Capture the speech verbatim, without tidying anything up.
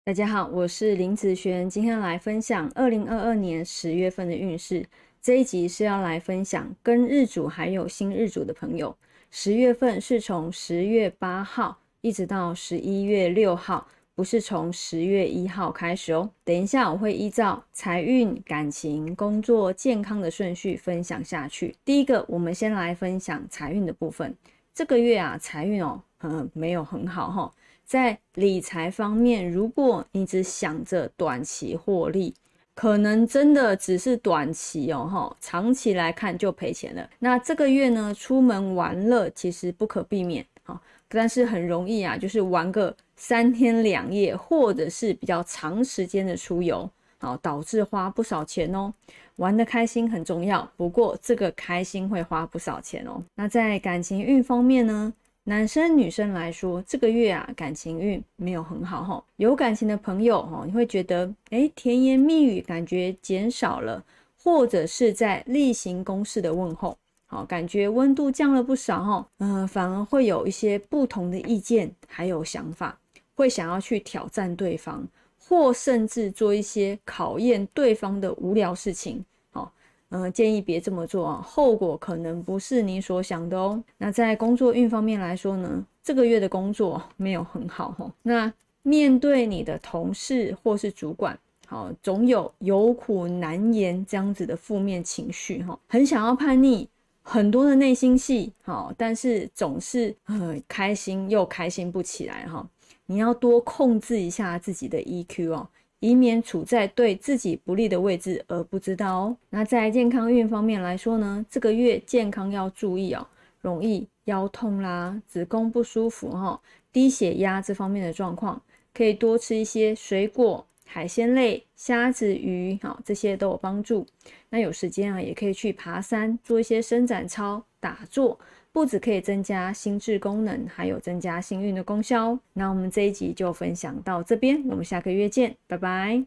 大家好，我是林子璇，今天来分享二零二二年十月份的运势。这一集是要来分享跟日主还有新日主的朋友，十月份是从十月八号一直到十一月六号，不是从十月一号开始哦。等一下我会依照财运、感情、工作、健康的顺序分享下去。第一个，我们先来分享财运的部分。这个月啊，财运哦，嗯，没有很好齁。在理财方面，如果你只想着短期获利，可能真的只是短期哦，长期来看就赔钱了。那这个月呢，出门玩乐其实不可避免，但是很容易啊，就是玩个三天两夜，或者是比较长时间的出游，导致花不少钱哦。玩得开心很重要，不过这个开心会花不少钱哦。那在感情运方面呢，男生女生来说，这个月啊感情运没有很好齁。有感情的朋友齁，你会觉得诶甜言蜜语感觉减少了，或者是在例行公事的问候，好，感觉温度降了不少齁。呃，反而会有一些不同的意见还有想法，会想要去挑战对方，或甚至做一些考验对方的无聊事情。呃，建议别这么做啊，后果可能不是你所想的哦。那在工作运方面来说呢，这个月的工作没有很好哦。那面对你的同事或是主管，好，总有有苦难言这样子的负面情绪哈，很想要叛逆，很多的内心戏，好，但是总是呃开心又开心不起来哈。你要多控制一下自己的 E Q 哦。以免处在对自己不利的位置而不知道哦。那在健康运方面来说呢，这个月健康要注意哦，容易腰痛啦、子宫不舒服齁、低血压这方面的状况，可以多吃一些水果、海鲜类、虾子、鱼，好，这些都有帮助。那有时间啊，也可以去爬山，做一些伸展操、打坐。不只可以增加心智功能，还有增加幸运的功效哦。那我们这一集就分享到这边，我们下个月见，拜拜。